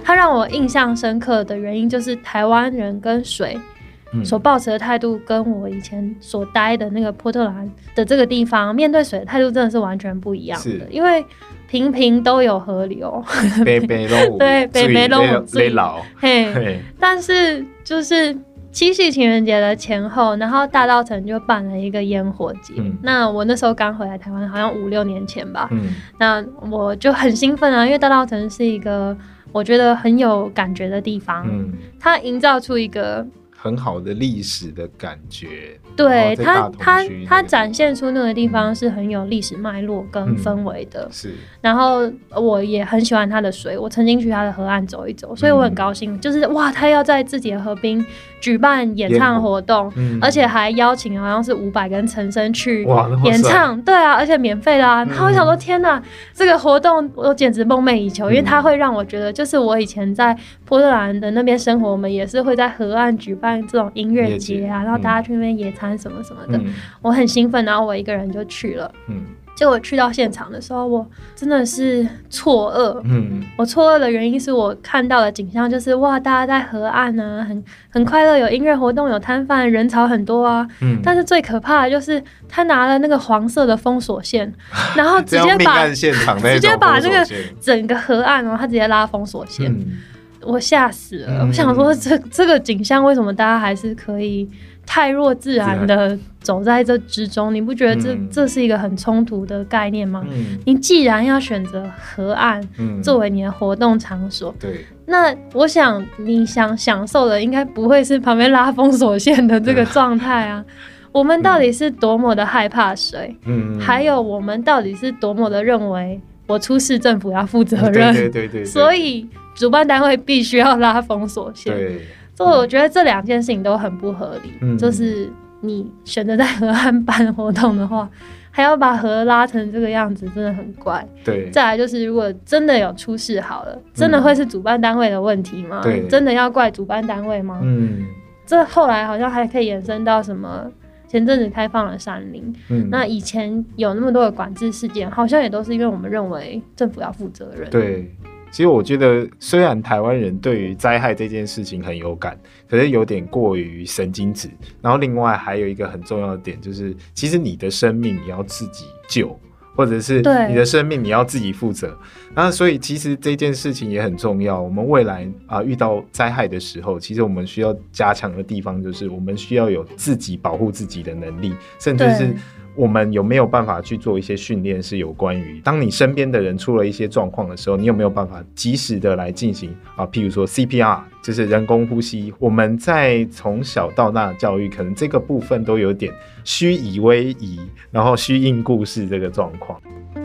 它让我印象深刻的原因就是台湾人跟水所抱持的态度跟我以前所待的那个波特兰的这个地方面对水的态度真的是完全不一样的，因为平平都有河流， 北北都对，北北都有水， 嘿， 但是就是七夕情人节的前后，然后大稻埕就办了一个烟火节，那我那时候刚回来台湾，好像5-6年前吧，那我就很兴奋啊，因为大稻埕是一个我觉得很有感觉的地方，它营造出一个很好的历史的感觉， 对，它展现出那个地方是很有历史脉络跟氛围的， 是。 然后我也很喜欢它的水，我曾经去它的河岸走一走，所以我很高兴，就是哇，他要在自己的河滨举办演唱活动，而且还邀请好像是伍佰跟陈升去演唱，对啊，而且免费的啊。然后我想说，天哪，这个活动我简直梦寐以求，因为它会让我觉得，就是我以前在波特兰的那边生活，我们也是会在河岸举办这种音乐节啊，然后大家去那边野餐什么什么的，我很兴奋，然后我一个人就去了。结果去到现场的时候，我真的是错愕。我错愕的原因是我看到的景象就是哇，大家在河岸啊，很快乐，有音乐活动，有摊贩，人潮很多啊。但是最可怕的就是他拿了那个黄色的封锁线，然后直接把那个整个河岸他直接拉封锁线。我吓死了，我想说这个景象为什么大家还是可以太弱自然的走在这之中？你不觉得这是一个很冲突的概念吗？你既然要选择河岸作为你的活动场所， 对， 那我想你想享受的应该不会是旁边拉封锁线的这个状态啊。我们到底是多么的害怕水，还有我们到底是多么的认为我出事政府要负责任，对，所以主办单位必须要拉封锁线。对，所以我觉得这2件事情都很不合理，就是你选择在河岸办活动的话，还要把河拉成这个样子，真的很怪。对，再来就是如果真的有出事好了，真的会是主办单位的问题吗？对，真的要怪主办单位吗？这后来好像还可以延伸到什么？前阵子开放了山林，那以前有那么多的管制事件，好像也都是因为我们认为政府要负责任。 对，其实我觉得虽然台湾人对于灾害这件事情很有感，可是有点过于神经质。然后另外还有一个很重要的点就是，其实你的生命你要自己救，或者是你的生命你要自己负责。那所以其实这件事情也很重要。我们未来遇到灾害的时候，其实我们需要加强的地方就是我们需要有自己保护自己的能力，甚至是我们有没有办法去做一些训练，是有关于当你身边的人出了一些状况的时候，你有没有办法及时的来进行譬如说 CPR， 就是人工呼吸。我们在从小到大的教育可能这个部分都有点虚以为夷，然后虚应故事这个状况。